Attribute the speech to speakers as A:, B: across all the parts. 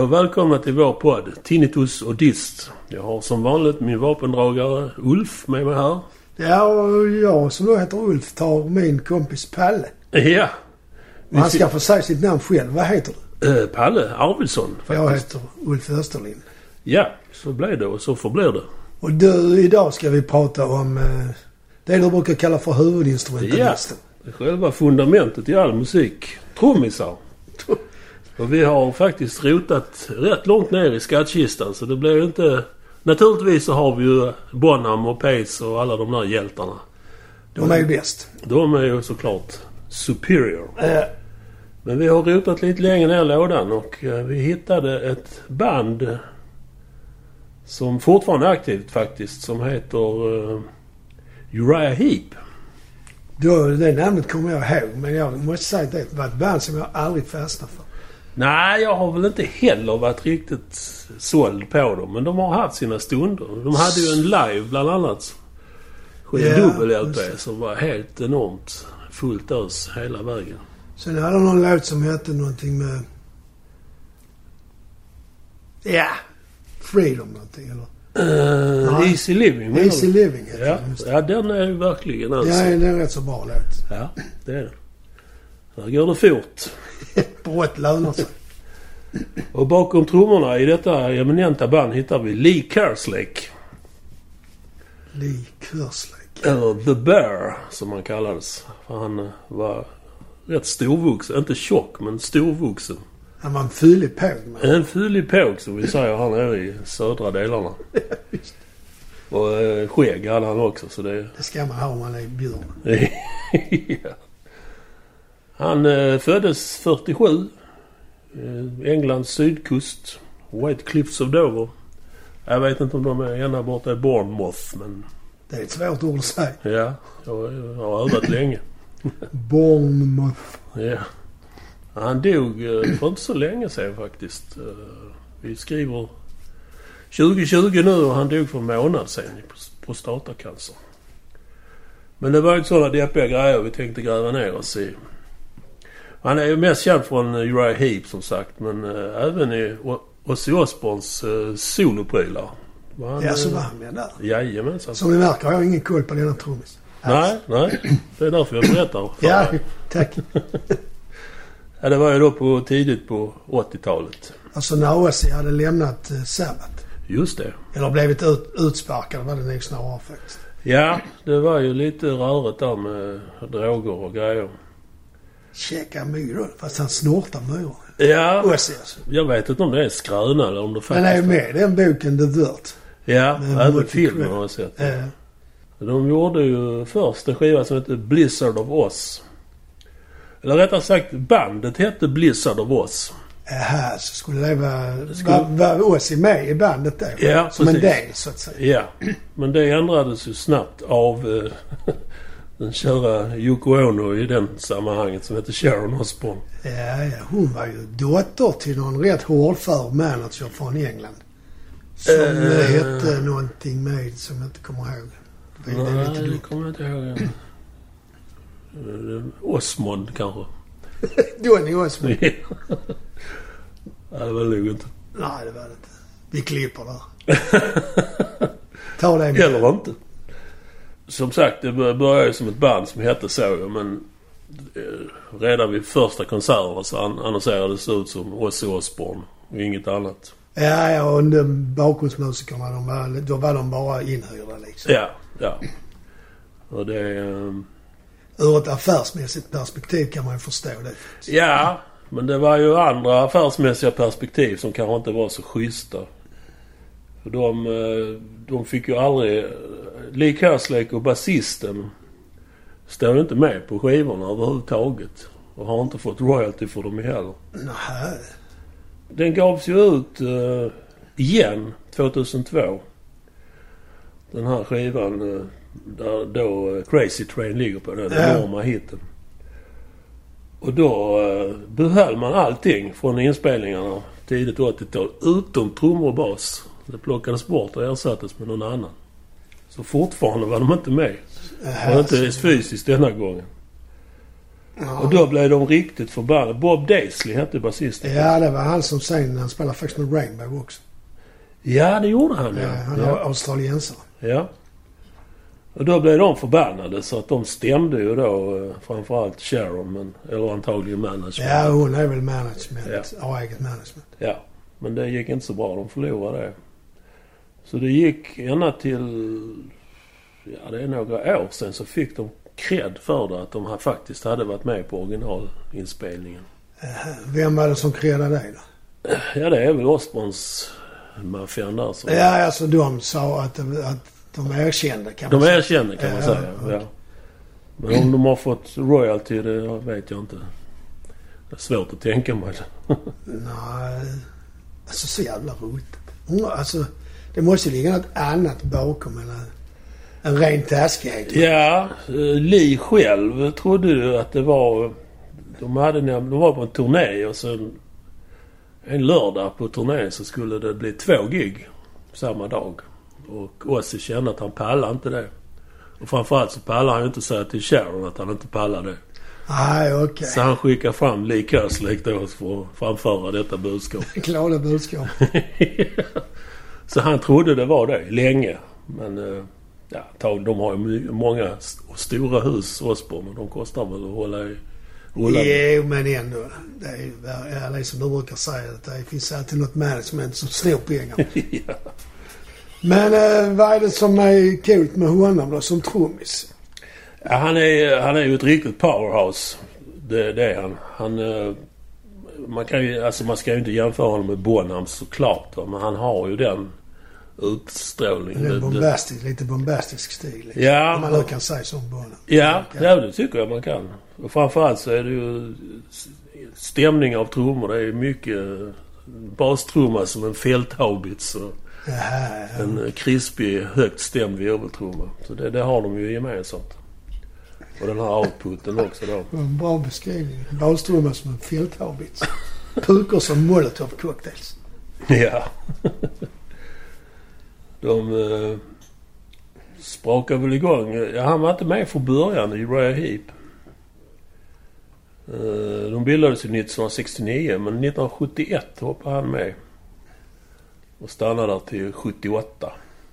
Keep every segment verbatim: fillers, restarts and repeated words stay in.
A: och välkomna till vår podd Tinnitus och Dist. Jag har som vanligt min vapendragare Ulf med mig här.
B: Ja, och jag som då heter Ulf tar min kompis Palle.
A: Ja.
B: Han ska få säga sitt namn själv. Vad heter du?
A: Äh, Palle Arvidsson faktiskt.
B: Jag heter Ulf Österlind.
A: Ja, så blev det och så förblir det.
B: Och du, idag ska vi prata om eh, det du brukar kalla för huvudinstrumentalisten.
A: Ja, det är själva fundamentet i all musik. Trummisar. Och vi har faktiskt rotat rätt långt ner i skattkistan, så det blir ju inte... Naturligtvis så har vi ju Bonham och Pace och alla de där hjältarna.
B: De är ju bäst.
A: De är ju såklart superior.
B: Äh.
A: Men vi har rotat lite längre ner i lådan och vi hittade ett band som fortfarande är aktivt faktiskt, som heter uh, Uriah Heep.
B: Då, det namnet kommer jag ihåg, men jag måste säga att det var ett band som jag aldrig fastnade för.
A: Nej, jag har väl inte heller varit riktigt såld på dem. Men de har haft sina stunder. De hade ju en live bland annat. En yeah, dubbel-L P som var helt enormt fullt ös hela vägen.
B: Sen hade de någon låt som hette någonting med... Ja, yeah, Freedom någonting eller...
A: Uh, Easy Living.
B: Easy Living heter
A: ja.
B: det.
A: Ja, den är ju verkligen alltså.
B: Ja, den är rätt så bra låt.
A: Ja, det är det. Där går det fort.
B: Brott lönar sig.
A: Och bakom trummorna i detta eminenta band hittar vi Lee Kerslake.
B: Lee Kerslake.
A: Eller The Bear som han kallades. För han var rätt storvuxen. Inte tjock, men storvuxen.
B: Han var en fyllig påg.
A: En fyllig påg som vi säger han är i södra delarna. Och eh, skägg hade han också. Så det...
B: det ska man ha om man är björn.
A: Ja. Han eh, föddes fyrtiosju. Eh, Englands sydkust. White Cliffs of Dover. Jag vet inte om de är ena borta i Bournemouth, men...
B: Det är ett svårt ord att säga.
A: Ja, jag, jag har övat länge.
B: Bournemouth.
A: Ja. Han dog eh, för inte så länge sedan faktiskt. Eh, vi skriver tjugo tjugo nu och han dog för en månad sedan i prostatacancer. Men det var ju sådana deppiga grejer vi tänkte gräva ner oss i. Han är ju mest känd från Uriah Heep som sagt, men äh, även i o- Ozzy Osbournes äh, soloprylar.
B: Han, ja, så var han med där.
A: Jajamensan.
B: Som ni märker har jag ingen koll på denna trummis.
A: Nej, nej. Det är därför jag berättar.
B: Ja, tack.
A: Ja, det var ju då på tidigt på åttiotalet.
B: Alltså när Ozzy hade lämnat uh, Sabbath.
A: Just det.
B: Eller blivit ut, utsparkad var det nog snarare faktiskt.
A: Ja, det var ju lite rörigt där med droger och grejer.
B: Käka myror, fast han snortar myror.
A: Ja,
B: Ozzy alltså.
A: Jag vet inte om det är skröna eller om det faktiskt...
B: Den är ju med i den boken The Dirt.
A: Ja, även filmen har jag sett.
B: Äh.
A: De gjorde ju först en skiva som hette Blizzard of Oz. Eller rättare sagt, bandet hette Blizzard of Oz.
B: Jaha, så skulle det vara... Skulle... Var, var Ozzy med i bandet då?
A: Ja,
B: som
A: precis.
B: En del, så att säga.
A: Ja, men det ändrades ju snabbt av eh, den kära Yoko Ono i den sammanhanget som heter Sharon Osbourne.
B: Ja, ja, hon var ju dotter till någon rätt hårdför manager från England. Som uh, hette någonting med som jag inte kommer ihåg.
A: Det är nej, lite det kommer jag inte ihåg. Uh, Osmond kanske.
B: Donny Osmond.
A: Ja, det var nog inte.
B: Nej, det var det inte. Vi klipper där. Ta det med.
A: Eller inte. Som sagt, det började som ett band som hette så, men redan vid första konserterna så annonserades det ut som Ozzy Osbourne och inget annat.
B: Ja, ja, och de bakgrundsmusikerna, de var, då var de bara inhyrda liksom.
A: Ja, ja. Och det... Um...
B: Ur ett affärsmässigt perspektiv kan man ju förstå det.
A: Ja, men det var ju andra affärsmässiga perspektiv som kanske inte var så schyssta. För de, de fick ju aldrig... Lee Kerslake och basisten står ju inte med på skivorna överhuvudtaget. Och har inte fått royalty för dem heller.
B: Nej.
A: Den gavs ju ut uh, igen tjugohundratvå. Den här skivan uh, där då uh, Crazy Train ligger på den
B: ja.
A: enorma hitten. Och då uh, behöll man allting från inspelningarna tidigt åttiotal utom trummor och bas. Det plockades bort och ersattes med någon annan. Så fortfarande var de inte med.
B: Aha,
A: var inte ens fysiskt denna gången.
B: Ja.
A: Och då blev de riktigt förbannade. Bob Daisley hette basisten.
B: Ja, det var han som sen, han spelade faktiskt med Rainbow också.
A: Ja, det gjorde han. Ja.
B: Ja, han är
A: ja.
B: australiensare.
A: Ja. Och då blev de förbannade så att de stämde ju då eh, framförallt Sharon, men, eller antagligen management.
B: Ja, hon är väl management.
A: Ja.
B: Har eget management.
A: Ja, men det gick inte så bra. De förlorade det. Så det gick ända till, ja det är några år sedan, så fick de cred för det att de faktiskt hade varit med på originalinspelningen.
B: Vem var det som credade dig då?
A: Ja, det är väl Osborns maffian där. Så.
B: Ja, alltså de sa att, att de erkände kan man
A: De
B: säga.
A: erkände kan man
B: ja,
A: säga,
B: okay.
A: ja. Men om de har fått royalty, det vet jag inte. Det är svårt att tänka mig.
B: Nej, alltså så jävla roligt. Hon, alltså, det måste ligga något annat bakom än en, en ren taskighet.
A: Ja, Lee själv trodde ju att det var... De, hade, de var på en turné och sen en lördag på turnén så skulle det bli två gig samma dag. Och Ozzy kände att han pallade inte det. Och framförallt så pallade han ju inte säga till Sharon att han inte pallade det.
B: Nej, okej. Okay.
A: Så han skickade fram Lee Kerslake då för att framföra detta budskap.
B: Glada budskap.
A: Så han trodde det var det länge. Men ja, de har ju många stora hus, Osborne, och de kostar väl att hålla i.
B: Jo, men ändå. Det är ju det som du brukar säga, att det finns alltid något management som snor pengar.
A: Ja.
B: Men eh, vad är det som är kul med honom då, som trummis?
A: Ja, han är, han är ju ett riktigt powerhouse. Det, det är han. Han eh, man kan ju, alltså man ska ju inte jämföra honom med Bonham såklart. Då, men han har ju den utstrålningen.
B: Den bombastisk, lite bombastisk stil. Liksom.
A: Ja.
B: Om man nu kan säga som Bonham.
A: Ja, ja, det tycker jag man kan. Och framförallt så är det ju stämning av trummor. Det är mycket bastrumma som en fälthaubits och
B: Jaha, ja.
A: en krispig, högt stämd virveltrumma. Så det, det har de ju gemensamt. Och den här outputen också då.
B: En bra beskrivning. Bastrumma som en fälthaubits. Pukor som Molotov cocktails.
A: Ja. De eh, sprakar väl igång. Ja, han var inte med från början i Uriah Heep. Eh, de bildades ju nittonhundrasextionio, men nittonhundrasjuttioett hoppade han med. Och stannade där till sjuttioåtta.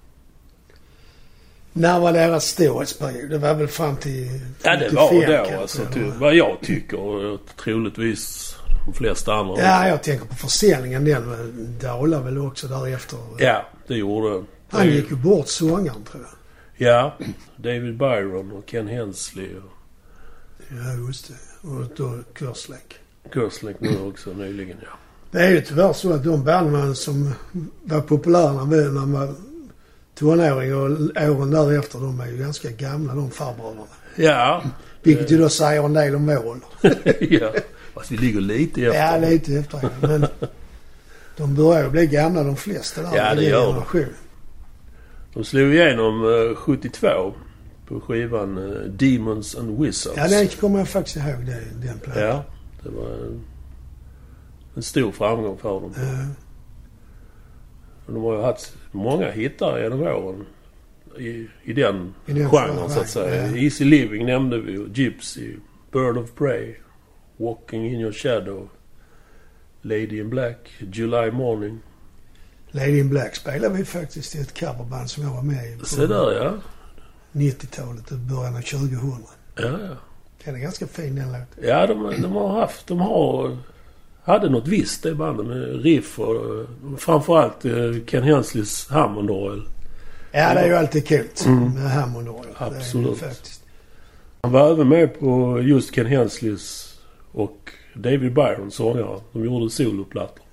B: När var deras storhetsperiod? Det var väl fram till
A: Ja, det var då alltså. Till, vad jag tycker, och troligtvis de flesta andra.
B: Ja, också. Jag tänker på försäljningen. Den dalade väl också därefter.
A: Ja, det gjorde
B: han. gick ju bort sångaren, tror jag.
A: Ja, David Byron och Ken Hensley. Och...
B: Ja, just det. Och då Kerslake.
A: Kerslake nu också nyligen, ja.
B: Det är ju tyvärr så att de bandman som var populära när man var tonåring och åren därefter, de är ju ganska gamla, de farbröderna.
A: Ja.
B: Vilket ju då säger en del om vår ålder.
A: Ja, fast vi ligger lite efter.
B: Ja, lite efter. Men de börjar ju bli gamla, de flesta där.
A: Ja, det gör de. De slog igenom uh, sjuttiotvå på skivan uh, Demons and Wizards.
B: Ja, den kommer jag faktiskt ihåg, det, den plattan.
A: Ja, det var en, en stor framgång för dem.
B: Ja.
A: De har ju haft många hittar genom åren i, i den,
B: I den
A: genren så att säga. Ja. Easy Living nämnde vi ju. Gypsy, Bird of Prey, Walking in Your Shadow, Lady in Black, July Morning.
B: Lady in Black spelade vi faktiskt i ett coverband som jag var med i.
A: Så där, ja.
B: nittiotalet och början av tjugohundra.
A: Ja, ja.
B: Den är ganska fin, den låten.
A: Ja, de, de har haft, de har... hade något visst det bandet med riff och framförallt Ken Hensleys Hammond Orgel.
B: Ja, det är ju alltid kul
A: mm.
B: med Hammond Orgel.
A: Absolut. Faktiskt. Han var även med på just Ken Hensleys och David Byron sångare. De gjorde soloplattor.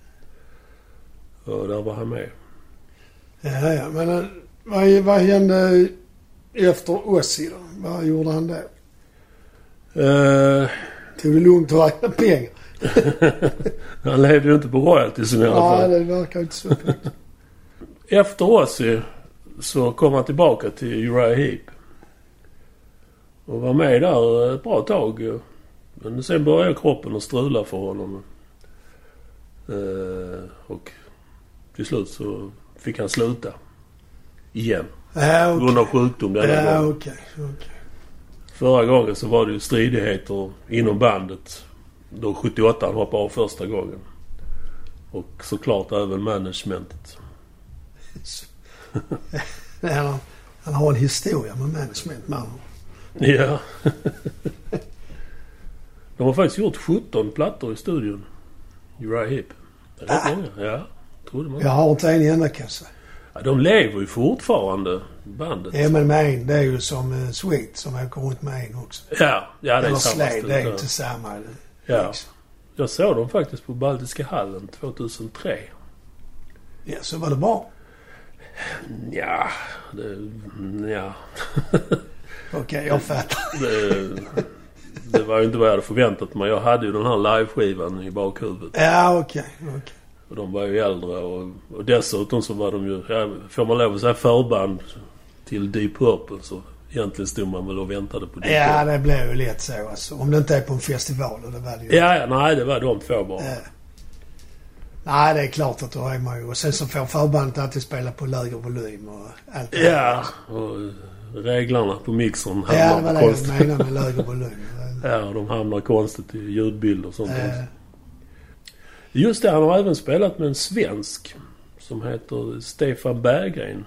A: Och där var han med.
B: Ja, ja. Men vad, vad hände efter Ozzy då? Vad gjorde han där?
A: Uh,
B: Tog det lugnt och räkna pengar?
A: Han levde ju inte på royalties i alla fall.
B: Ja, det verkar inte så.
A: Efter Ozzy så kom han tillbaka till Uriah Heep. Och var med där ett bra tag. Men sen började kroppen att strula för honom. Uh, och till slut så fick han sluta. Igen.
B: Ja,
A: på grund av sjukdom denna
B: ja,
A: gång.
B: okej. Okay, okay.
A: Förra gången så var det ju stridigheter inom bandet. Då sjuttioåtta han hoppade av första gången. Och såklart även managementet.
B: han, han har en historia med management, man.
A: Ja. De har faktiskt gjort sjutton plattor i studion. Uriah Heep. Det är rätt
B: Ah.
A: många. Ja, trodde man.
B: Jag har inte en enda kassa.
A: Ja, de lever ju fortfarande, bandet.
B: Ja, men med en, det är ju som uh, Sweet som åker runt med en också.
A: Ja, ja det är
B: Eller
A: samma
B: Slade,
A: ställe.
B: det är ju inte samma.
A: Ja.
B: Liksom.
A: Jag såg dem faktiskt på Baltiska hallen tjugohundratre.
B: Ja, så var det bra.
A: Ja, det... Ja.
B: Okej, okay, jag fattar.
A: det, det var ju inte vad jag hade förväntat mig. Jag hade ju den här live-skivan i bakhuvudet.
B: Ja, okej. Okay, okay.
A: Och de var ju äldre och, och dessutom så var de ju... Ja, får man lov att säga förband till Deep Purple så egentligen stod man väl och väntade på Deep
B: Ja,
A: Purple.
B: det blev ju lätt så alltså. Om det inte är på en festival, och det var det ju.
A: Ja, ja, nej det var de två bara.
B: Ja. Nej, det är klart att då är man ju... Och sen så får förbandet alltid spela på lägre volym och allt det.
A: Ja, och reglarna på mixern
B: Ja, det
A: hamnar
B: var det
A: konstigt.
B: jag menade med lägre volym.
A: Ja, de hamnar konstigt i ljudbild och sånt.
B: Ja.
A: Just det, han har även spelat med en svensk som heter Stefan Berggren.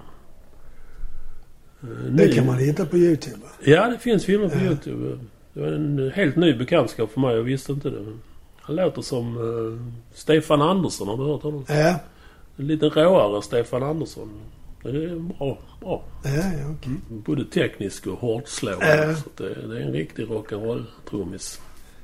B: Det kan man hitta på YouTube.
A: Ja, det finns filmer på
B: Ja.
A: YouTube. Det var en helt ny bekantskap för mig. Jag visste inte det. Han låter som uh, Stefan Andersson. Har du hört honom?
B: Ja.
A: En lite råare Stefan Andersson. Det är bra. bra.
B: Ja, ja, okej.
A: Både teknisk och hårdslående.
B: Ja.
A: Så det, det är en riktig rock'n'roll-trummis.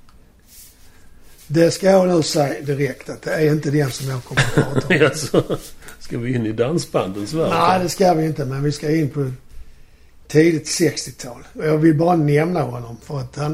B: Det ska jag nu säga direkt att det är inte den som jag kommer att prata om.
A: Ja, så ska vi in i dansbandens värld?
B: Nej, det ska vi inte. Men vi ska in på tidigt sextiotal. Och jag vill bara nämna honom för att han...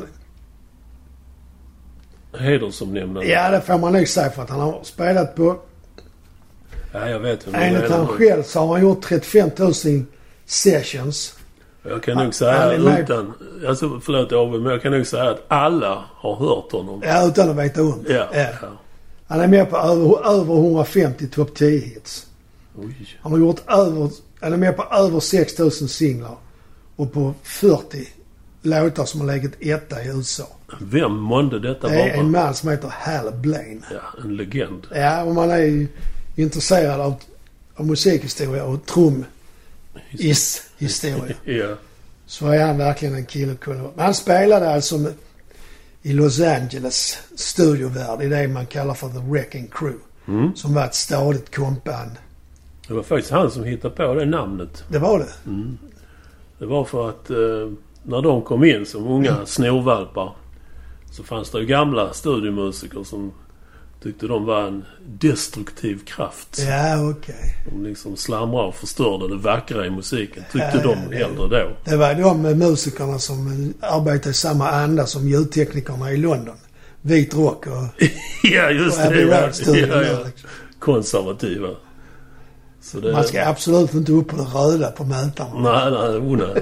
A: Hedersomnämnande.
B: Ja, det får man nog säga för att han har spelat på...
A: Ja, jag vet.
B: Enligt han själv så har han gjort trettiofem tusen sessions.
A: Jag kan
B: Han-
A: nog säga
B: han är med-
A: utan... Alltså, förlåt Ove, men jag kan nog säga att alla har hört honom.
B: Ja, utan att veta om det.
A: Ja.
B: Ja.
A: ja.
B: Han är med på över, över hundrafemtio topp tio hits.
A: Oj.
B: Han har gjort över... Han är med på över sex tusen singlar. Och på fyrtio låtar som har legat etta i U S A.
A: Vem månde detta
B: Det är
A: vara?
B: en man som heter Hal Blaine.
A: Ja, en legend.
B: Ja, om man är intresserad av, av musikhistoria och trum-is-historia
A: Ja.
B: så är han verkligen en kille att kunna... Men han spelade alltså med, i Los Angeles studiovärld i det man kallar för The Wrecking Crew.
A: Mm.
B: Som var ett stadigt kompband.
A: Det var faktiskt han som hittade på det namnet.
B: Det var det.
A: Mm. Det var för att eh, när de kom in som unga snorvalpar så fanns det ju gamla studiomusiker som tyckte de var en destruktiv kraft.
B: Ja, okej.
A: De liksom slamrade och förstörde det vackra i musiken. Tyckte
B: Ja,
A: de
B: ja, ja.
A: hellre då.
B: Det var de musikerna som arbetade i samma anda som ljudteknikerna i London. Vit rock och,
A: Ja, just
B: och
A: det.
B: Abbey
A: Ja,
B: Road-studion
A: ja,
B: där,
A: ja.
B: liksom.
A: Konservativa. Så det,
B: Man ska absolut inte upp på det röda på mätaren.
A: Nej, nej, onödigt.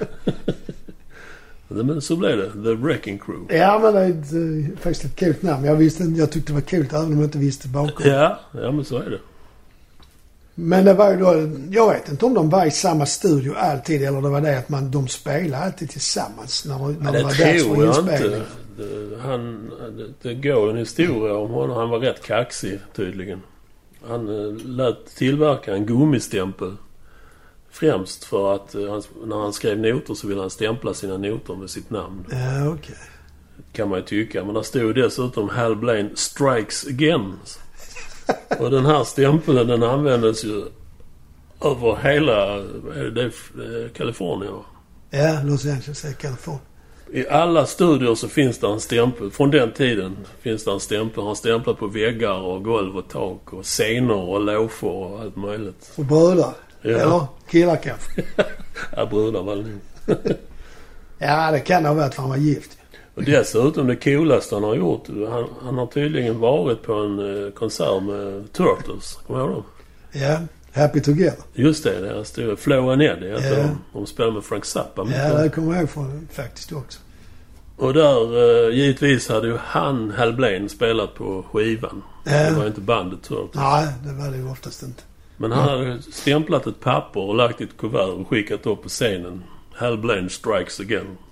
A: Men så blev det. The Wrecking Crew.
B: Ja, men det är ett, eh, faktiskt ett coolt namn. Jag visste inte, jag tyckte det var coolt även om jag inte visste bakom.
A: Ja, ja men så är det.
B: Men det var ju då, jag vet inte om de var i samma studio alltid eller det var det att man, de spelade alltid tillsammans när, när
A: Ja,
B: det
A: det
B: var dags
A: tror
B: för
A: jag
B: inspelning.
A: inte. Det, han, det, det går en historia om honom. Han var rätt kaxig tydligen. Han eh, lät tillverka en gummistämpel. Främst för att eh, han, när han skrev noter så ville han stämpla sina noter med sitt namn.
B: Ja, okej.
A: Kan man ju tycka. Men där stod dessutom Hal Blaine Strikes Again. Och den här stämpeln den användes ju över hela är det, eh, Kalifornien. Va?
B: Ja, Los Angeles är Kalifornien.
A: I alla studier så finns det en stämpel. Från den tiden finns det en stämpel. Han stämplar på väggar och golv och tak och scener och loger och allt möjligt.
B: Och bröder.
A: Ja.
B: Eller killar kanske.
A: Ja, brudar var det nog.
B: Ja, det kan ha varit för han var gift.
A: Och dessutom det coolaste han har gjort. Han, han har tydligen varit på en eh, konsert med Turtles. Kommer du ihåg dem?
B: Ja, Happy Together.
A: Just det, det stod Flo and Eddie.
B: Ja.
A: De, de spelade med Frank Zappa.
B: Ja, det kommer jag ihåg från, faktiskt också.
A: Och där, eh, givetvis hade ju han, Hal Blaine, spelat på skivan.
B: Ja.
A: Det var ju inte bandet Turtles.
B: Nej, det var det ju oftast inte.
A: Men han hade stämplat ett papper och lagt ett kuvert och skickat upp på scenen. Hal Blaine Strikes Again.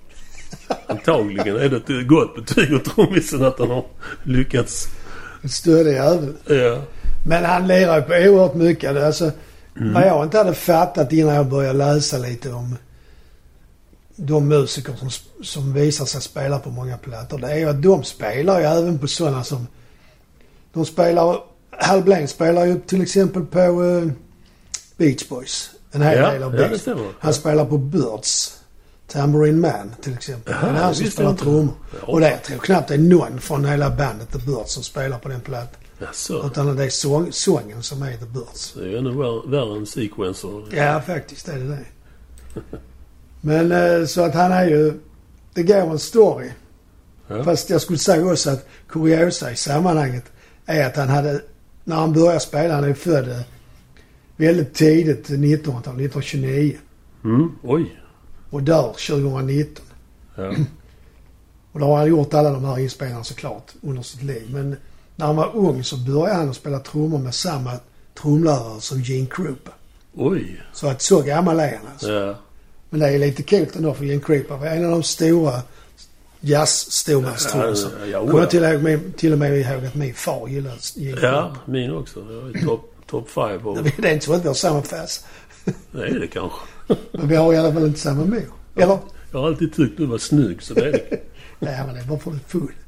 A: Antagligen är det ett gott betyg åt trummisen att han har lyckats.
B: Ett stödig jävel.
A: Ja.
B: Men han lirar ju på oerhört mycket. Alltså, mm. vad jag inte hade fattat innan jag började läsa lite om de musiker som, som visar sig spela på många plattor. Det är ju att de spelar ju även på sådana som... De spelar... Hal Blaine spelar ju till exempel på uh, Beach Boys. En hel
A: ja,
B: del av
A: ja,
B: Beach
A: det
B: Han ja. spelar på Birds. Tambourine Man till exempel.
A: Aha,
B: det är han som spelar trummor.
A: Ja.
B: Och det jag tror knappt det är någon från hela bandet The Birds som spelar på den plattan.
A: Jaså.
B: Utan det är sång, sången som är The Birds.
A: Det är ju ännu värre, värre än Sequencer.
B: Ja, faktiskt är det det. Men eh, så att han är ju... Det går en story. Ja. Fast jag skulle säga också att kuriosa i sammanhanget är att han hade... När han började spela, han är född väldigt tidigt, nittonhundratalet, nittonhundratjugonio.
A: Mm, oj.
B: Och dör tjugonitton.
A: Ja.
B: Och då har han gjort alla de här inspelningarna såklart under sitt liv. Men när han var ung så började han att spela trummor med samma trumlärare som Gene Krupa.
A: Oj.
B: Så att så gammal är han alltså.
A: Ja.
B: Men det är lite kul ändå för Gene Krupa var en av de stora jazz-stormästtrummisar. Ja, ja, ja, jag till, och med, till och med ihåg att min far gillade Gene Krupa.
A: Ja, min också. Jag är topp top five. Och...
B: Det är inte så att vi har samma färs.
A: Det är det kanske.
B: Men vi har i alla fall inte samma mor. Eller?
A: Jag har alltid tyckt du var snygg, så det är det.
B: Nej, men det är bara för att du är full.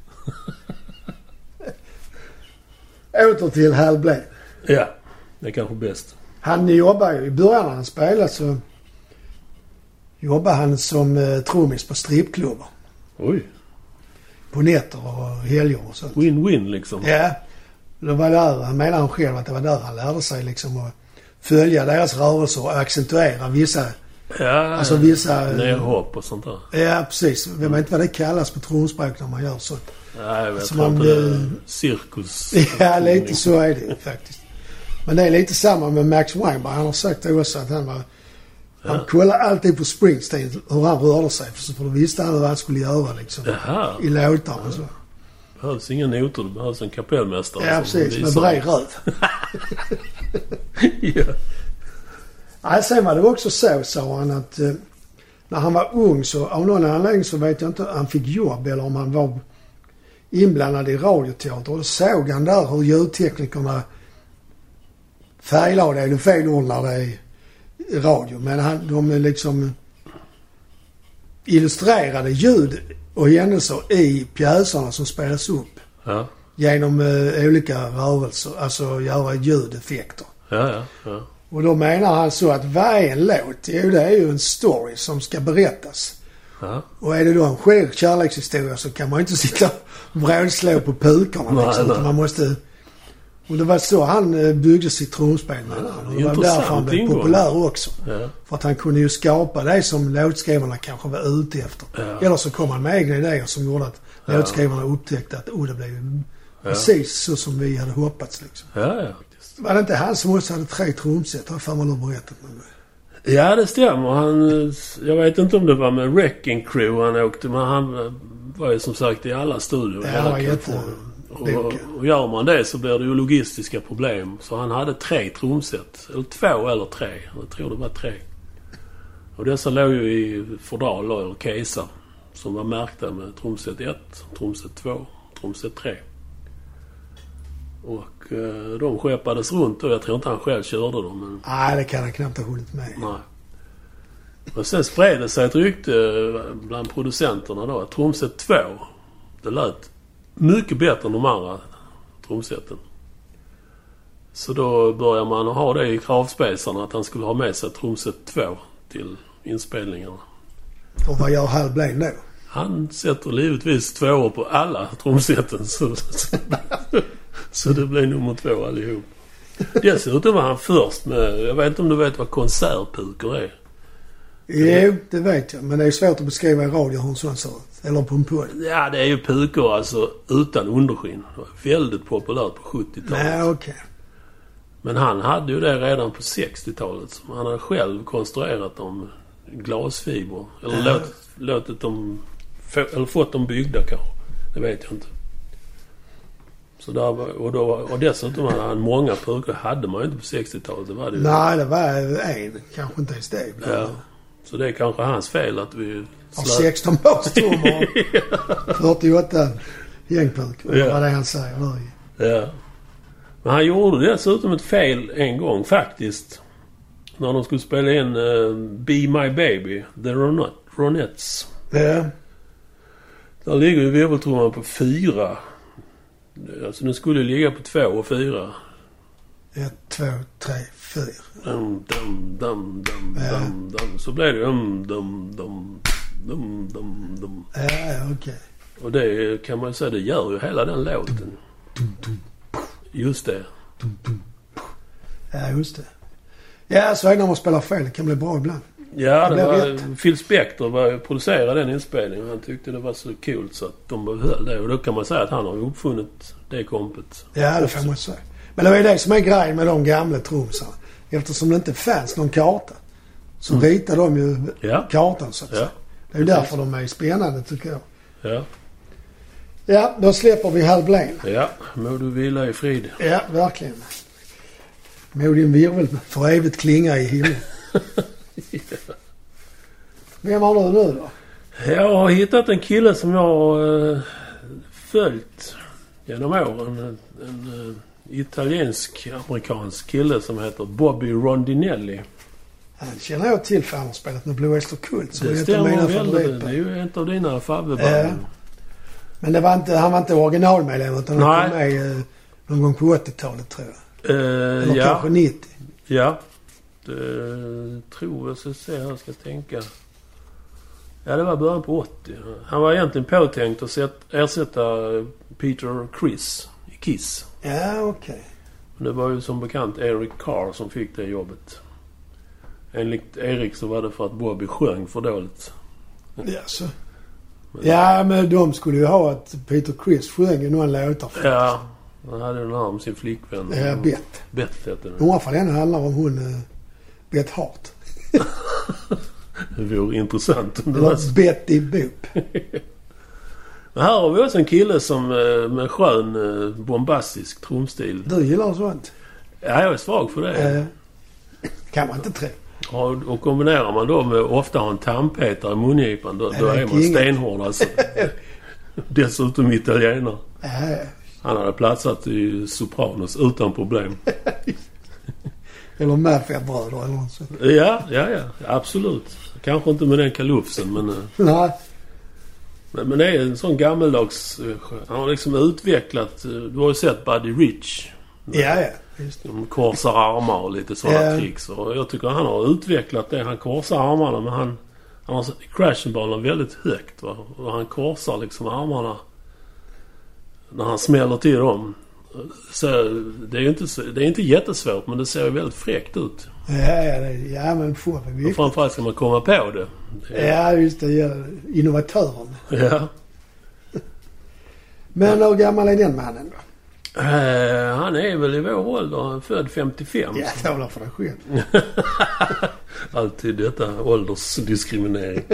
B: Åter till Hal Blaine.
A: Ja, det är kanske bäst.
B: Han jobbar ju, i början när han spelade så jobbar han som eh, trummis på strippklubbar.
A: Oj.
B: På nätter och helger och sånt.
A: Win-win liksom.
B: Ja. Det var där, han menar han själv att det var där han lärde sig liksom att följa deras rörelser och accentuera vissa...
A: Ja,
B: alltså vissa...
A: nerhopp och sånt där.
B: Ja, precis. Jag vet inte vad det kallas på trumspråk när man gör sånt.
A: Nej, jag vet
B: alltså
A: inte.
B: Man,
A: det cirkus.
B: Ja, lite så är det faktiskt. Men det är lite samma med Max Weinberg. Han har sagt också att han var... Han ja. kollade alltid på Springsteen hur han rörde sig. För så visste han vad han skulle göra liksom.
A: Jaha.
B: I låtar och så.
A: Det behövs inga noter. Det behövs en kapellmästare.
B: Ja, precis. Med bred röd.
A: Ja.
B: Nej, sen var det också så, sa han, att eh, när han var ung så av någon anledning så vet jag inte om han fick jobb eller om han var inblandad i radioteater. Och då såg han där hur ljudteknikerna färglade, eller fel ord när det är radio. Men han, de liksom illustrerade ljud och händelser i pjäserna som spelas upp.
A: Ja.
B: Genom eh, olika rörelser, alltså göra ljudeffekter.
A: Ja, ja, ja. Och
B: då menar han så att varje låt, jo, det är ju en story som ska berättas.
A: Ja.
B: Och är det då en skär kärlekshistoria så kan man inte sitta och vrålslå på pukorna liksom. Nej, nej. Man måste... Och det var så han byggde sitt trumspel med ja, och det var därför han blev populär också. Ja. För att han kunde ju skapa det som låtskrivarna kanske var ute efter. Ja. Eller så kom han med egna idéer som gjorde att ja. låtskrivarna upptäckte att oh, det blev ja. precis så som vi hade hoppats liksom.
A: Ja, ja.
B: Var det inte han som också hade tre trumset? Har fan man nog berättat någon gång.
A: Ja, det stämmer. Han, jag vet inte om det var med Wrecking Crew han åkte, men han var ju som sagt i alla studior.
B: Ja, han var jätte...
A: Och, och, och gör man det så blir det ju logistiska problem. Så han hade tre trumset. Eller två eller tre. Jag tror det var tre. Och dessa låg ju i fodral eller caser som var märkta med trumset ett, trumset två, trumset tre. Och eh, de skeppades runt och jag tror inte han själv körde dem. Men...
B: Nej, det kan han knappt ha hållit med.
A: Nej. Och sen spred det sig ett rykte bland producenterna då att trumset två, det lät mycket bättre än de andra trumseten. Så då börjar man ha det i kravspejsarna att han skulle ha med sig trumset två till inspelningarna.
B: Och vad gör Hal Blaine då?
A: Han sätter givetvis tvåor på alla trumseten så, så det blir nummer två allihop. Dessutom var han först med, jag vet inte om du vet vad konsertpuker är.
B: Jo, det vet jag. Men det är svårt att beskriva i radio hur en sån ser ut. Eller på en podd.
A: Ja, det är ju pukor alltså utan underskinn. Det var väldigt populärt på sjuttiotalet.
B: Nej, okej. Okay.
A: Men han hade ju det redan på sextiotalet. Han hade själv konstruerat dem glasfiber. Eller ja. låt, låtit dem... Eller fått dem byggda kanske. Det vet jag inte. Så där var, och, då, och dessutom hade han många pukor. Hade man ju inte på sextiotalet. Det var det ju.
B: Nej, det var en. Kanske inte ens det.
A: Ja. Så det är kanske hans fel att vi...
B: Av sexton båtstrummor och fyrtioåtta gängpunk. Ja. Det var det han säger.
A: Ja. Men han gjorde dessutom ett fel en gång faktiskt. När de skulle spela in uh, Be My Baby, The Ronettes.
B: Ja.
A: Där ligger ju virveltrumman på fyra. Alltså den skulle ligga på två och fyra.
B: Ett, två, tre, fyra.
A: Dum, dum, dum, dum,
B: ja.
A: dum, dum. Så blev det um, dum, dum, dum, dum, dum.
B: Ja, okej. Okay.
A: Och det kan man ju säga, det gör ju hela den låten. Just det.
B: Ja, just det. Ja, så är det när man spelar fel. Det kan bli bra ibland.
A: Ja, det, det var rätt. Phil Spector var producerade den inspelningen. Han tyckte det var så kul så att de behöll det. Och då kan man säga att han har uppfunnit det kompet.
B: Ja, det får man säga. Men det var ju det som är grejen med de gamla trumsarna. Eftersom det inte fanns någon karta så mm. ritar de ju ja. kartan så att säga. Ja. Det är ju därför de är spännande tycker jag.
A: Ja.
B: Ja, då släpper vi Hal Blaine.
A: Ja, må du vila i frid.
B: Ja, verkligen. Må din virvel för evigt klinga i himlen. Ja. Vem har du nu då?
A: Jag har hittat en kille som jag har äh, följt genom åren. En, en äh, italiensk-amerikansk kille som heter Bobby Rondinelli.
B: Han känner jag till för han har spelat med Blue Oyster Cult.
A: Det stämmer väldigt. Det är ju ett av dina favoritband. Äh,
B: men det var inte, han var inte originalmedlem utan han kom med äh, någon gång på åttiotalet tror jag.
A: Äh,
B: Eller
A: ja.
B: kanske nittio.
A: Ja. Det tror jag ska se här, jag ska tänka. Ja, det var början på åttio. Han var egentligen påtänkt att set, ersätta Peter Criss i Kiss.
B: Ja, okej. Okay.
A: Men det var ju som bekant Eric Carr som fick det jobbet. Enligt Erik så var det för att Bobby sjöng för dåligt.
B: Ja, så. Men, ja, men de skulle ju ha att Peter Criss sjöng ju någon låtar för.
A: Ja, han hade den här om sin flickvän.
B: Ja, Bett.
A: Bett heter det.
B: I alla fall den handlar om hon uh, Bett Hart.
A: Det vore intressant.
B: Det var Betty Boop.
A: Men här har vi också en kille som med skön bombastisk trumstil.
B: Du gillar sånt?
A: Ja, jag är svag för det.
B: Uh, kan man inte tro.
A: Och, och kombinerar man då med ofta ha en tandpetare i mungipan då, då är man stenhård alltså. Dessutom italienare.
B: Uh.
A: Han hade platsat i Sopranos utan problem.
B: Eller maffiabröder eller något sånt.
A: Ja, ja, ja. Absolut. Kanske inte med den kalufsen, men...
B: Nej.
A: Men, men det är en sån gammeldags... Han har liksom utvecklat... Du har ju sett Buddy Rich.
B: Ja, ja. Just det.
A: De korsar armar och lite sådana ja. tricks. Och jag tycker han har utvecklat det. Han korsar armarna, men han... Han har crashenbollen väldigt högt, va? Och han korsar liksom armarna när han smäller till dem. Så det är ju inte, det är inte jättesvårt, men det ser ju väldigt fräckt ut.
B: Ja, ja, det, ja men får vi.
A: Och framförallt ska man komma på det. det
B: är... Ja, just det. Ja, innovatören.
A: Ja.
B: Men hur gammal är den mannen då?
A: Uh, han är väl i vår ålder, född femtiofem.
B: Ja, det var för dig själv.
A: Alltid detta åldersdiskriminering.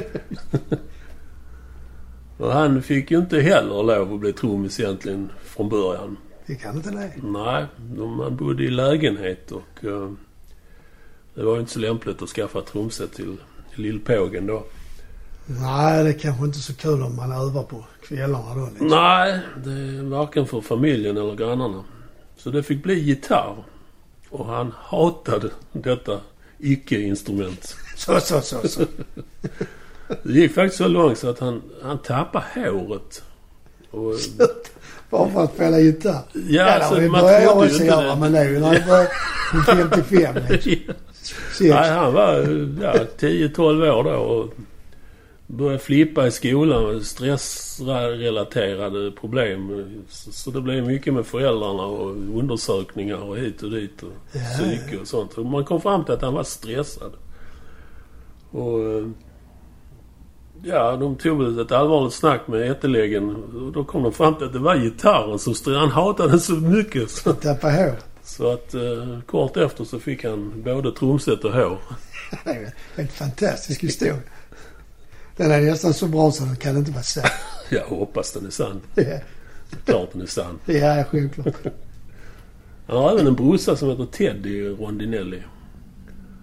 A: Och han fick ju inte heller lov att bli trummis egentligen från början.
B: Fick han inte det?
A: Nej, man bodde i lägenhet och uh, det var ju inte så lämpligt att skaffa trumset till Lillpågen då.
B: Nej, det är kanske inte så kul om man övar på kvällarna då. Liksom.
A: Nej, det är varken för familjen eller grannarna. Så det fick bli gitarr. Och han hatade detta icke-instrument.
B: Så, så, så, så.
A: Det gick faktiskt så långt så att han, han tappade håret. Och...
B: Bara för att spela gitarr.
A: Ja, ja alltså,
B: det
A: man
B: börjar jag
A: trodde
B: också
A: ju inte
B: göra,
A: det.
B: men det är ju när jag började femtiofem. Liksom.
A: Nej, han var ja, tio tolv år då och började flippa i skolan med stressrelaterade problem. Så, så det blev mycket med föräldrarna och undersökningar och hit och dit och ja, psyke och sånt. Och man kom fram till att han var stressad. Och ja, de tog väl ett allvarligt snack med ättelägen. Och då kom de fram till att det var gitarren som stod. Han hatade den så mycket. Så,
B: tappa hår.
A: Så att eh, kort efter så fick han både trumset och hår.
B: Det är en fantastisk historia. Den är nästan så bra så den kan inte vara sann.
A: Jag hoppas den är sann.
B: Ja.
A: Klart den är sann.
B: Ja, självklart.
A: Han har även en brorsa som heter Teddy Rondinelli.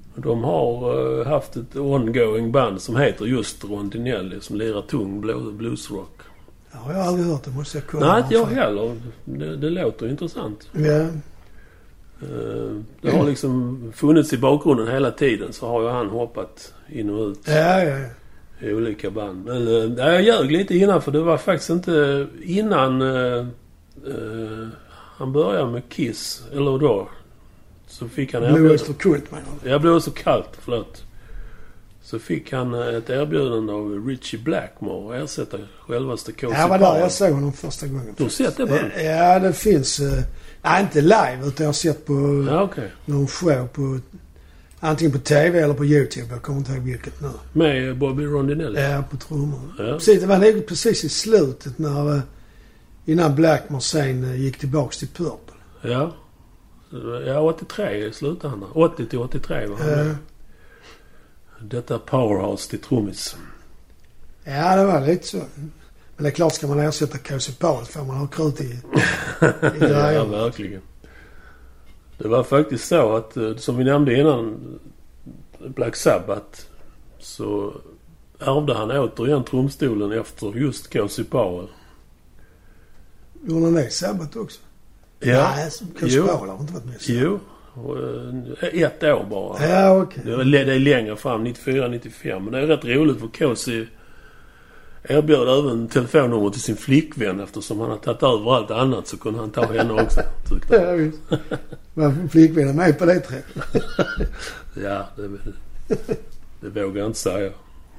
A: De har uh, haft ett ongoing band som heter just Rondinelli som lirar tung bluesrock.
B: Ja, jag har aldrig hört det, måste jag kolla.
A: Nej, inte jag heller. Det, det låter intressant.
B: Ja.
A: Uh, det har liksom funnits i bakgrunden hela tiden, så har ju han hoppat in och ut.
B: Ja, ja, ja.
A: I olika band. Men uh, jag ljög lite innan, för det var faktiskt inte innan uh, uh, han började med Kiss, eller då. Så fick han
B: erbjudande. Blåst och kult, menar du?
A: Jag blev så kallt, förlåt. Så fick han ett erbjudande av Richie Blackmore att ersätta självaste Cozy Powell.
B: Ja, var där jag såg honom första gången.
A: Du har sett det bara?
B: Ja, det finns... Uh, nej, inte live, utan jag har sett på
A: ja, okay.
B: någon show på... Antingen på tv eller på YouTube. Jag kommer inte ihåg vilket nu.
A: Med Bobby Rondinelli?
B: Ja, på trummor.
A: Ja.
B: Precis, det var nog precis i slutet när... Uh, innan Blackmore sen uh, gick tillbaks till Purple.
A: Ja. Ja, åttiotre slutade han. åttio till åttiotre var han.
B: Uh,
A: Detta powerhouse till trummis.
B: Ja, det var lite så. Men det är klart, ska man ersätta Cozy Powell får man ha krut i, i
A: det. Ja, verkligen. Det var faktiskt så att, som vi nämnde innan, Black Sabbath, så ärvde han återigen trumstolen efter just Cozy Powell.
B: Gjorde han det i Sabbath också?
A: Ja.
B: Nej, Cozy Powell har inte varit med.
A: Jo. Ett år bara.
B: Ja, okej.
A: Okay. Det är längre fram, nittiofyra nittiofem. Men det är rätt roligt för Cozy erbjöd även telefonnummer till sin flickvän, eftersom han har tagit över allt annat, så kunde han ta henne också, tyckte jag.
B: Ja, visst. Varför flickvännen med på det, tre?
A: Ja, det, det vågar jag inte säga.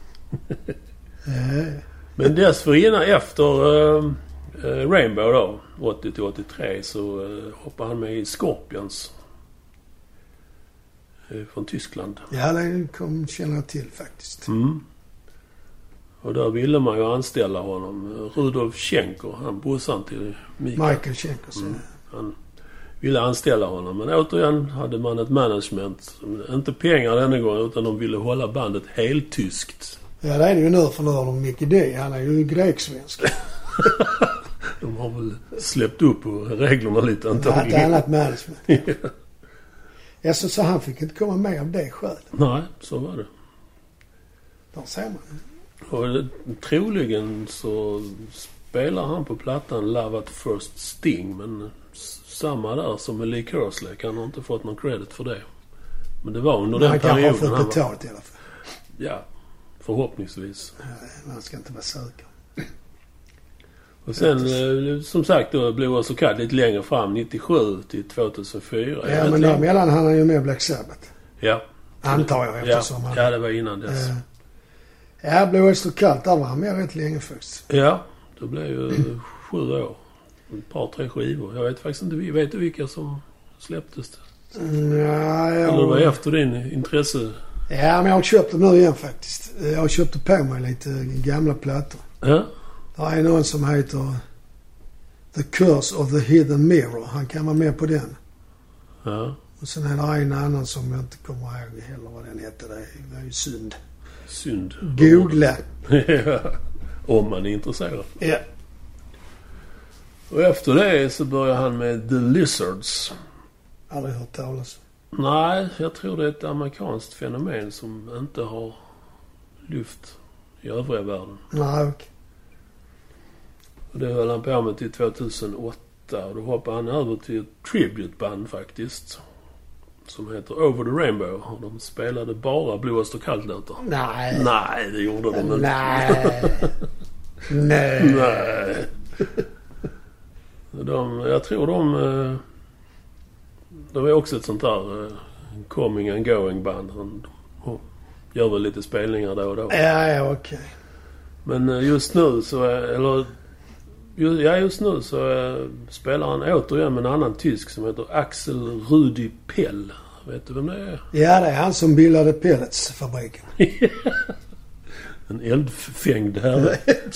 B: Ja.
A: Men dessförinnan, efter uh, uh, Rainbow då, åttio till åttiotre, så uh, hoppade han med i Scorpions. Från Tyskland.
B: Ja, det kom, känner jag till faktiskt.
A: Mm. Och där ville man ju anställa honom. Rudolf Schenker, han brorsan till Mikael.
B: Michael Schenker.
A: Mm. Han ville anställa honom. Men återigen hade man ett management. Inte pengar denna gång, utan de ville hålla bandet helt tyskt.
B: Ja, det är det ju nu för nu har de Mickey D. Han är ju grek-svensk.
A: De har väl släppt upp på reglerna lite antagligen.
B: Det är ett annat management. Ja. Ja, så, så han fick inte komma med av det skälet.
A: Nej, så var det.
B: Där ser man.
A: Och troligen så spelar han på plattan Love at First Sting, men samma där som med Lee Kerslake. Han har inte fått någon credit för det. Men det var under
B: men
A: den perioden.
B: Han kanske har fått betalt i alla fall.
A: Ja, förhoppningsvis.
B: Ja, man ska inte vara säker.
A: Och sen, som sagt, då blev jag så kallt lite längre fram, nittiosju till tvåtusenfyra.
B: Ja, men däremellan han är ju med Black Sabbath.
A: Ja.
B: Antar jag eftersom
A: ja.
B: han...
A: Ja, det var innan dess.
B: Eh, ja, det blev så kallt. Där var han med rätt länge faktiskt.
A: Ja, det blev ju sju år. Ett par, tre skivor. Jag vet faktiskt inte, vet du vilka som släpptes?
B: Mm, ja, jag...
A: Eller var efter din intresse?
B: Ja, men jag har köpt dem nu igen faktiskt. Jag har köpt på mig lite gamla plattor.
A: Ja.
B: Det är någon som heter The Curse of the Hidden Mirror. Han kan vara med på den.
A: Ja.
B: Och sen är det en annan som jag inte kommer ihåg heller vad den heter. Det är ju synd.
A: Synd.
B: Googla.
A: Ja. Om man är intresserad.
B: Ja.
A: Och efter det så börjar han med The Lizards.
B: Aldrig hört talas.
A: Nej, jag tror det är ett amerikanskt fenomen som inte har lyft i övriga världen.
B: Nej, okej. Okay.
A: Och det höll han på med till tvåtusenåtta. Och då hoppade han över till ett tributeband faktiskt. Som heter Over the Rainbow. Och de spelade bara blåst och kallt-låtar.
B: Nej.
A: Nej, det gjorde de inte.
B: Nej. Nej.
A: Nej. De, jag tror de... De är också ett sånt där coming and going band. De gör väl lite spelningar då och då.
B: Ja, ja, okej. Okay.
A: Men just nu så... Eller... Ja, just nu så äh, spelar han återigen med en annan tysk som heter Axel Rudi Pell. Vet du vem det är?
B: Ja, det är han som bildade Pelletsfabriken.
A: En eldfängd herre.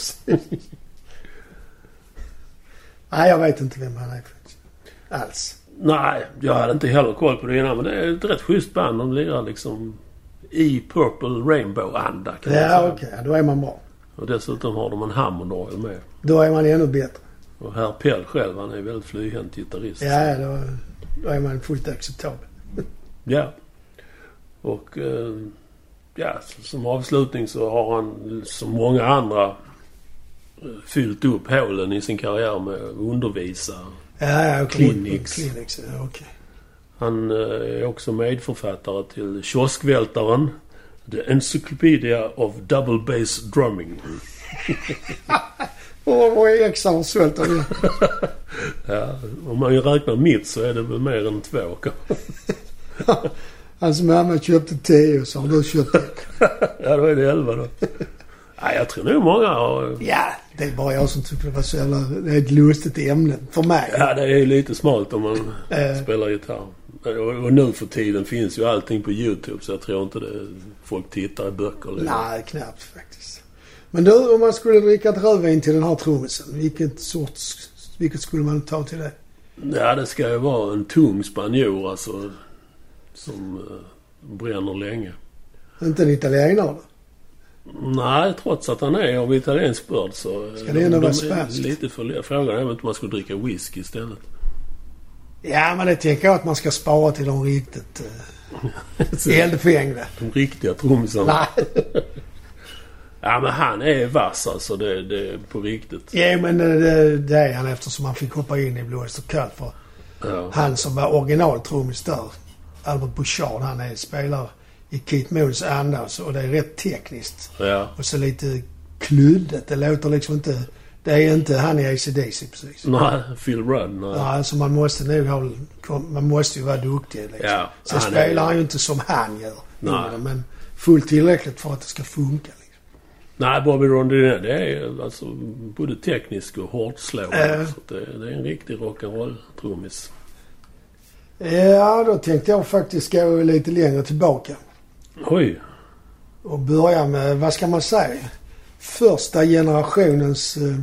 B: Nej, jag vet inte vem han är faktiskt. Alls.
A: Nej, jag hade inte heller koll på det innan. Men det är ett rätt schysst band. De lirar liksom i Purple Rainbow-anda.
B: Ja, okej. Okay. Då är man bra.
A: Och dessutom har de en Hammondorgel med.
B: Då är man ännu bättre.
A: Och herr Pell själv, han är väldigt flyghänt gitarrist.
B: Ja, då, då är man fullt acceptabel.
A: Ja. Och eh, ja, som avslutning så har han som många andra fyllt upp hålen i sin karriär med att undervisa.
B: Ja, ja,
A: Clinics.
B: Clinics, ja, okay.
A: Han eh, är också medförfattare till Kioskvältaren, The Encyclopedia of Double Bass Drumming.
B: Åh, vad är extra svälter det?
A: Ja, om man ju räknar mitt så är det väl mer än två.
B: Hans mamma köpte tio så har du köpt ett.
A: Ja, då är det elva då. Ja, jag tror nog många har...
B: Ja, det är bara jag som tycker det var så jävla... Det är ett lustigt ämne för mig.
A: Ja, det är lite smalt om man äh. spelar gitarr. Och, och nu för tiden finns ju allting på YouTube så jag tror inte det folk tittar i böcker. Eller.
B: Nej, knappt faktiskt. Men du, om man skulle dricka ett rödvin till den här trummisen, vilket sorts... Vilket skulle man ta till det?
A: Ja, det ska ju vara en tung spanjor alltså, som uh, bränner länge.
B: Inte en italienare?
A: Nej, trots att han är av italiensk börd så...
B: Ska det ändå vara spanskt?
A: Lite för frågan är om inte man skulle dricka whisky istället.
B: Ja, men det tänker jag att man ska spara till de riktigt uh, eldfängda.
A: De riktiga trummisarna.
B: Nej.
A: Ja, men han är vass alltså, det, det är på riktigt.
B: Ja, men det, det är han eftersom han fick hoppa in i Blåst och Kallt för ja. Han som var originaltrummis där, Albert Bouchard, han är spelare i Keith Moons anda och det är rätt tekniskt.
A: Ja.
B: Och så lite kluddet, det låter liksom inte, det är inte han i A C D C precis.
A: Nej, Phil Rudd. Nej.
B: Ja, alltså man måste nog ha, man måste ju vara duktig liksom.
A: Ja,
B: så han spelar är... han ju inte som han gör.
A: Nej.
B: Men fullt tillräckligt för att det ska funka.
A: Nej, Bobby Rondinelli, det är alltså både teknisk och hårt slående. Äh. Så det, det är en riktig rock'n'roll-trummis.
B: Ja, då tänkte jag faktiskt gå lite längre tillbaka.
A: Oj.
B: Och börja med, vad ska man säga? Första generationens eh,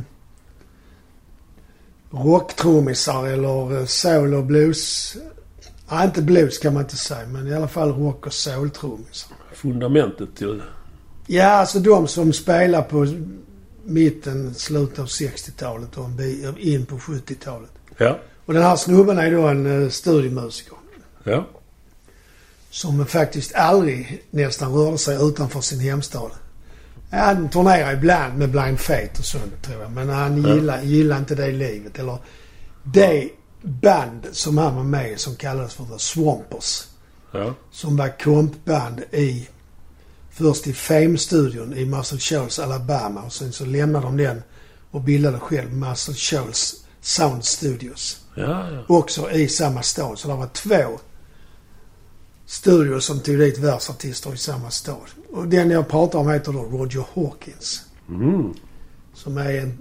B: rocktrummisar eller eh, soul och blues. Ja, inte blues kan man inte säga, men i alla fall rock- och soul-trummisar.
A: Fundamentet till...
B: Ja, alltså de som spelar på mitten, slutet av sextiotalet och in på sjuttiotalet.
A: Ja. Och
B: den här snubben är då en uh, studiemusiker.
A: Ja.
B: Som faktiskt aldrig nästan rörde sig utanför sin hemstad. Han turnerar ibland med Blind Fate och sånt tror jag. Men han ja. gillar, gillar inte det livet. Eller det band som han var med som kallades för The Swampers.
A: Ja. Som
B: var kompband i... Först i Fame-studion i Muscle Shoals, Alabama. Och sen så lämnade de den och bildade själv Muscle Shoals Sound Studios.
A: Ja, ja.
B: Också i samma stad. Så det var två studios som tog dit världsartister i samma stad. Och den jag pratar om heter då Roger Hawkins.
A: Mm.
B: Som är en...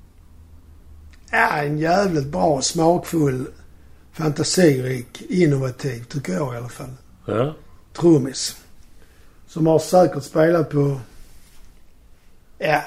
B: Ja, en jävligt bra, smakfull, fantasirik, innovativ, tycker jag i alla fall.
A: Ja.
B: Trummis. Som har säkert spelat på... Ja.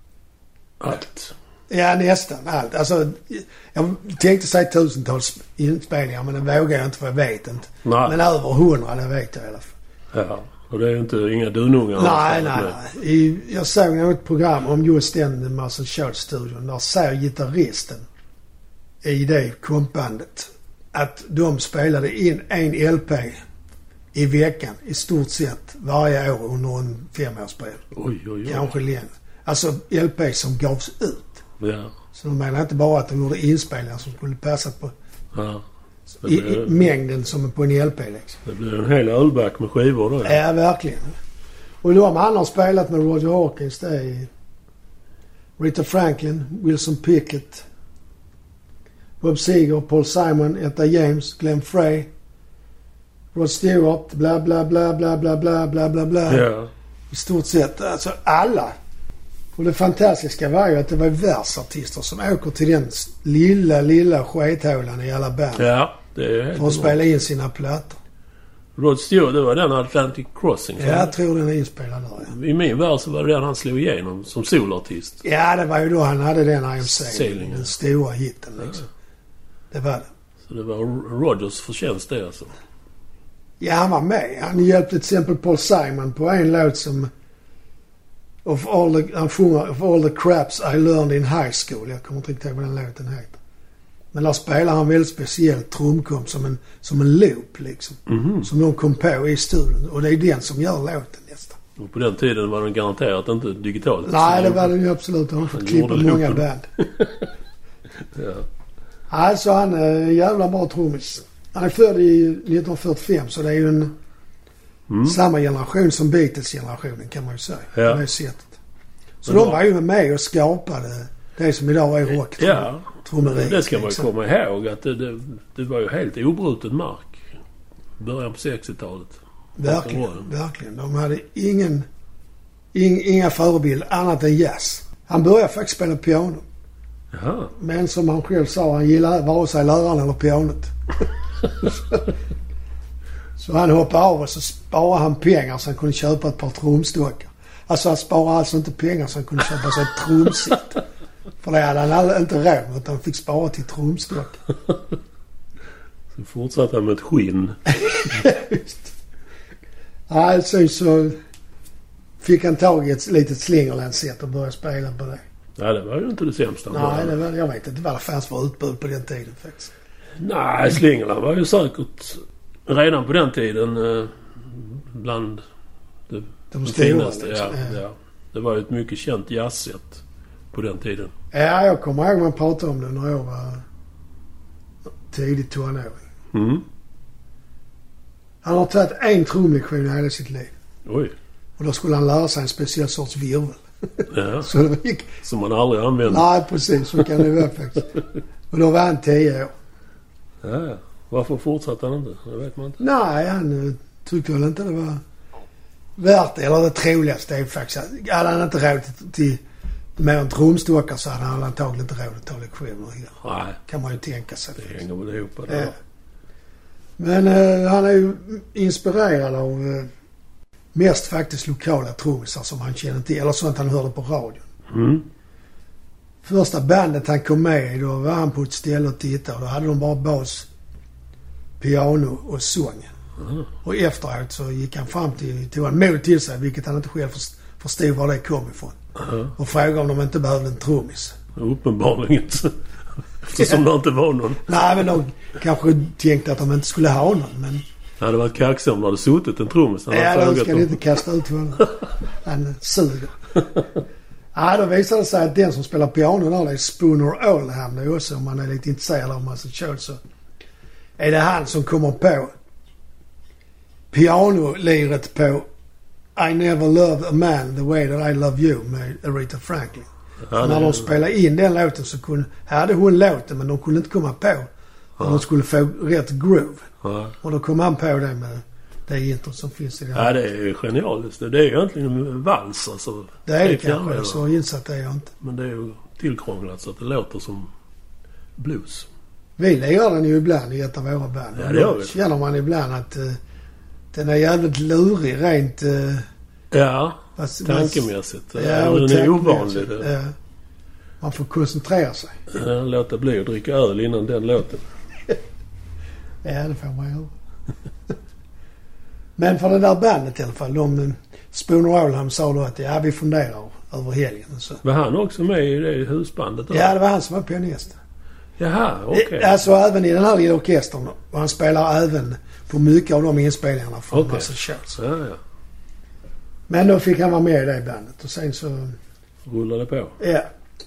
A: Allt.
B: Ja, nästan allt. Alltså, jag tänkte säga tusentals inspelningar, men det vågar jag inte för jag vet inte.
A: Nej.
B: Men över hundra, det vet jag i alla fall.
A: Ja, och det är ju inte inga dunungar.
B: Nej, nej, nej. I, jag såg något program om just den Muscle Shoals-studion. Där säger gitarristen i det kompbandet att de spelade in en L P i veckan i stort sett varje år under en femårsperiod.
A: Oj, oj, oj.
B: Kanske längre. Alltså L P som gavs ut.
A: Ja.
B: Så de menar inte bara att de gjorde inspelningar som skulle passa på
A: ja.
B: i, i mängden som på en L P liksom.
A: Det blir en hel ölback med skivor då.
B: Ja, ja verkligen. Och de han har spelat med Roger Hawkins, det är Rita Franklin, Wilson Pickett, Bob Seger, Paul Simon, Etta James, Glenn Frey, Rod Stewart, bla bla bla bla bla bla bla bla bla.
A: Ja.
B: I stort sett, alltså alla. Och det fantastiska var ju att det var världsartister som åker till den lilla, lilla skethålan i Alabama.
A: Ja, det är helt
B: för att spela in sina plattor.
A: Rod Stewart, det var den Atlantic Crossing.
B: Ja, jag tror den är inspelad där, ja.
A: I min värld så var det den han slog igenom som solartist.
B: Ja, det var ju då han hade den I Am
A: Sailing.
B: Den stora hitten liksom. Ja. Det var det.
A: Så det var Rogers förtjänst det alltså.
B: Ja, han var med. Han hjälpte till exempel Paul Simon på en låt som of all the, han sjunger Of all the craps I learned in high school. Jag kommer inte riktigt ihåg vad den låten heter. Men där spelar han väldigt speciellt trumkom som en, som en loop liksom.
A: Mm-hmm.
B: Som de kom på i studion. Och det är den som gör låten nästan.
A: Och på den tiden var den garanterat inte digitalt.
B: Nej, det var den ju absolut. Han har fått klippa många band.
A: Ja.
B: Alltså han är en jävla bra trummis. Han är född i nittonhundrafyrtiofem så det är ju en mm. samma generation som Beatles-generationen kan man ju säga.
A: Ja.
B: På det sättet. Så men de var ju med och skapade det som idag är rock.
A: Ja,
B: trummeri,
A: det ska man ju
B: liksom.
A: komma ihåg att det, det, det var ju helt obruten mark. Början på sextiotalet.
B: Verkligen, verkligen. De hade ingen, ing, inga förebild annat än jazz. Han började faktiskt spela piano.
A: Jaha.
B: Men som han själv sa, han gillade vare sig läraren eller pianot. Så han hoppade av och så sparade han pengar så han kunde köpa ett par trumstockar. Alltså han sparade alltså inte pengar så han kunde köpa sig ett trumset. För det hade han inte råd med utan han fick spara till trumstockar.
A: Så fortsatte han med ett skinn.
B: Just. Alltså så fick han tag i ett litet Slingerland-set och började spela på det.
A: Nej, det var ju inte det sämsta.
B: Nej, det var, jag vet inte vad det fanns för utbud på den tiden faktiskt.
A: Nej, Slingerland var ju säkert redan på den tiden eh, bland det,
B: de
A: det
B: stora.
A: finaste.
B: Liksom.
A: Ja, ja. Det var ju ett mycket känt jazzset på den tiden.
B: Ja, jag kommer ihåg man pratade om det när jag var tidigt tonåring.
A: Mm.
B: Han har tagit en trumlektion i hela sitt liv.
A: Oj.
B: Och då skulle han lära sig en speciell sorts virvel.
A: Ja.
B: Så det gick...
A: Som man aldrig använde.
B: Nej, precis. Så kan det vara faktiskt. Och då var han tio år.
A: Ja, ja. Varför fortsatte han inte? Det vet man inte.
B: Nej, han uh, tyckte väl inte det var värt det. Eller det troligaste är faktiskt att hade han inte råd till, till mer än trumstockar så hade han antagligen inte råd att ta lektioner.
A: Nej.
B: Kan man ju tänka sig.
A: Det hänger väl ihop det.
B: Ja. Men uh, han är ju inspirerad av uh, mest faktiskt lokala trummisar som han känner till. Eller sånt han hörde på radion.
A: Mm.
B: Första bandet han kom med i, då var han på ett ställe och tittade. Och då hade de bara bas, piano och sång.
A: Mm.
B: Och efteråt så gick han fram till, tog han mod till sig, vilket han inte själv förstod var det kom ifrån.
A: Mm.
B: Och frågade om de inte behövde en trummis.
A: Uppenbarligen inte. Eftersom det inte var någon.
B: Nej, men de kanske tänkte att de inte skulle ha någon, men...
A: Det hade varit kaxig om det hade suttit en trummis.
B: Ja, då ska de inte kasta ut honom. Han suger. Ja, då visade det sig att den som spelar piano där, det är Spooner Oldham. Det är också, om man är lite intresserad av Massachusetts, så är det han som kommer på pianoliret på I Never Loved a Man the Way That I Love You med Aretha Franklin. Ja, när de spelade in den låten så kunde, hade hon låten men de kunde inte komma på när ja. de skulle få rätt groove. Ja. Och då kom han på det med det intro som finns i det här.
A: Ja, det är genialiskt. Det är ju egentligen en vals alltså.
B: Det är det kanske, jag så insatt det är jag inte.
A: Men det är ju tillkrånglat så att det låter som blues.
B: Vi lirar den ju ibland i ett av våra band.
A: Ja, det gör vi.
B: Känner man ibland att uh, den är jävligt lurig rent... Uh,
A: ja,
B: fast,
A: tankemässigt.
B: Ja,
A: ja, den är ovanlig.
B: Ja. Man får koncentrera sig.
A: Ja, låta bli att dricka öl innan den låten.
B: Ja, det får man göra. Men för det där bandet i alla fall, de Spooner Oldham sa då att ja, vi funderar över helgen. Så.
A: Var han också med i det husbandet? Då?
B: Ja, det var han som var pianist.
A: Jaha, okej. Okay.
B: Alltså även i den här lilla orkestern. Och han spelar även på mycket av de inspelningarna från
A: okay.
B: Massachusetts.
A: Ja, ja.
B: Men då fick han vara med i det bandet och sen så...
A: Rullade på.
B: Ja.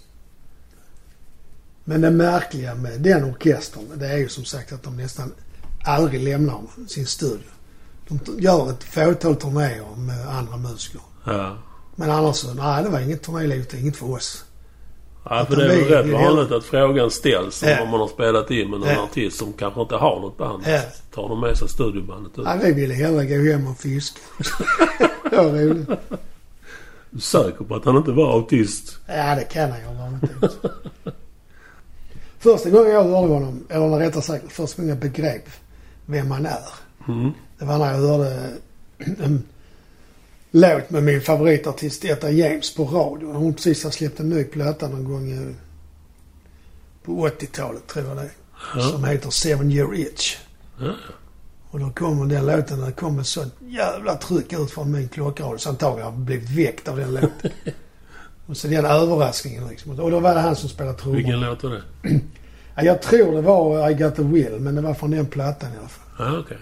B: Men det märkliga med den orkestern, det är ju som sagt att de nästan aldrig lämnar sin studio. De gör ett fåtal turnéer med andra musiker.
A: Ja.
B: Men annars så, nej det var inget turnéliv, det är inget för oss.
A: Ja, för det är väl rätt vanligt att frågan ställs
B: ja.
A: om man har spelat in med någon ja. artist som kanske inte har något band.
B: Ja.
A: Tar de med sig studiobandet ut.
B: Ja, vi ville hellre gå hem och fiska. Det var roligt.
A: Du är säker på att han inte var autist?
B: Ja, det kan jag vara inte. Första gången jag hörde honom, eller rättare sagt första gången jag begrep vem han är.
A: Mm.
B: Det var när jag hörde en låt med min favoritartist Etta James på radio. Hon precis har släppt en ny platta någon gång på åttiotalet tror jag det är. Ja. Som heter Seven Year Itch.
A: Ja.
B: Och då kom den låten, det kom ett sånt jävla tryck ut från min klockradio. Så antagligen har jag blivit väckt av den låten. Och så den överraskningen liksom. Och då var det han som spelade trummor.
A: Vilken låt var det?
B: Ja, jag tror det var I Got The Will, men det var från den plattan i alla fall.
A: Ja, okej.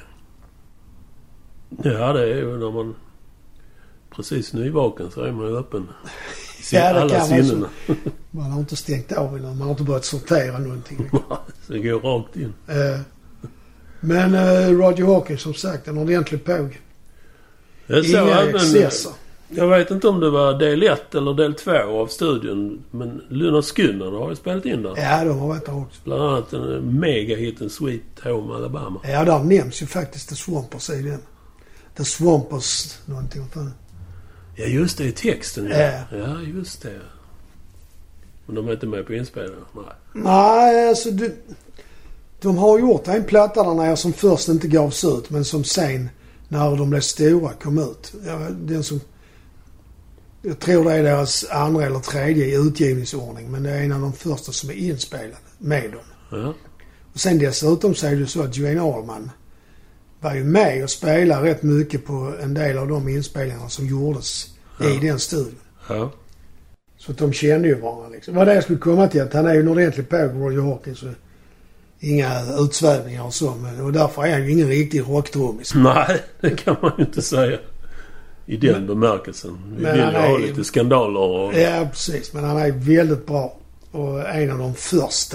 A: Okay. Ja, det är ju när man precis nyvaken så är man ju öppen.
B: Ja, det alla kan sinnena. Man, så, man har inte stängt av innan. Man har inte börjat sortera någonting.
A: Så det går rakt in.
B: Uh, men uh, Roger Hawkins, som sagt, en ordentlig påg. Inga excesser.
A: Jag vet inte om det var del ett eller del två av studien. Men Lynyrd Skynyrd har ju spelat in där.
B: Ja, de har varit där också.
A: Bland annat en megahitten Sweet Home Alabama.
B: Ja, där nämns ju faktiskt The Swampers i den. The Swampers någonting.
A: Ja, just det, i texten. Ja, ja, ja just det. Men de är inte med på inspelningen? Nej.
B: Nej, alltså du, de har gjort en platta där nere som först inte gavs ut, men som sen, när de blev stora, kom ut. Ja, den som... Jag tror det är deras andra eller tredje i utgivningsordning, men det är en av de första som är inspelade med dem.
A: Ja.
B: Och sen dessutom så är det så att Duane Allman var ju med och spelade rätt mycket på en del av de inspelningarna som gjordes ja. i den studion.
A: Ja.
B: Så att de kände ju varandra liksom. Vad det jag skulle komma till, att han är ju en ordentlig på Roger Hawkins, så inga utsvävningar och så, men, och därför är han ju ingen riktig rocktrummis.
A: Nej, det kan man ju inte säga. I den men, bemärkelsen. Vi vill ju ha lite skandaler. Och...
B: Ja, precis. Men han är väldigt bra. Och en av de första,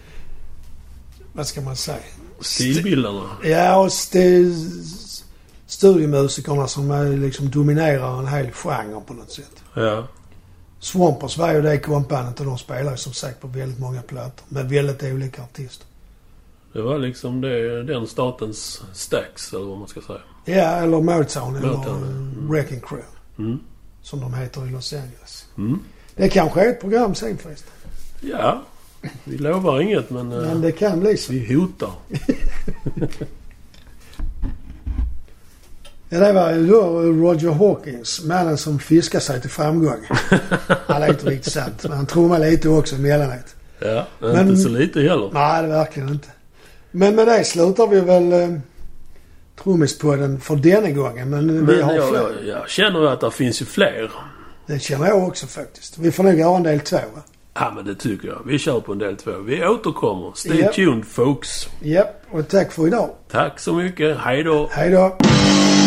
B: vad ska man säga?
A: Stilbildarna.
B: Ja, och st- studiemusikerna som liksom dominerar en hel genre på något sätt.
A: Ja.
B: Swampers var ju det kompbandet och de spelar ju som sagt på väldigt många plattor. Med väldigt olika artister.
A: Det var liksom det, den statens Stax, eller vad man ska säga.
B: Ja, eller Motown,
A: Motown.
B: eller mm. Wrecking Crew.
A: Mm.
B: Som de heter i Los Angeles.
A: Mm.
B: Det kanske är ett program sen förresten.
A: Ja, vi lovar inget, men...
B: Men det kan bli så.
A: Vi hotar.
B: Ja, det var ju då Roger Hawkins, mannen som fiskar sig till framgång. Han är inte riktigt sant, men han trummar lite också emellanåt.
A: Ja, men, inte så lite heller.
B: Nej, det är verkligen inte. Men med det slutar vi väl eh, trummispodden för denna gången. Men, men vi har
A: jag,
B: fler.
A: Jag, jag känner att det finns ju fler.
B: Det känner jag också faktiskt. Vi får nog göra en del två, va?
A: Ja, men det tycker jag. Vi kör på en del två. Vi återkommer. Stay
B: yep.
A: tuned, folks.
B: Japp, yep. Och tack för idag.
A: Tack så mycket. Hej då.
B: Hej då.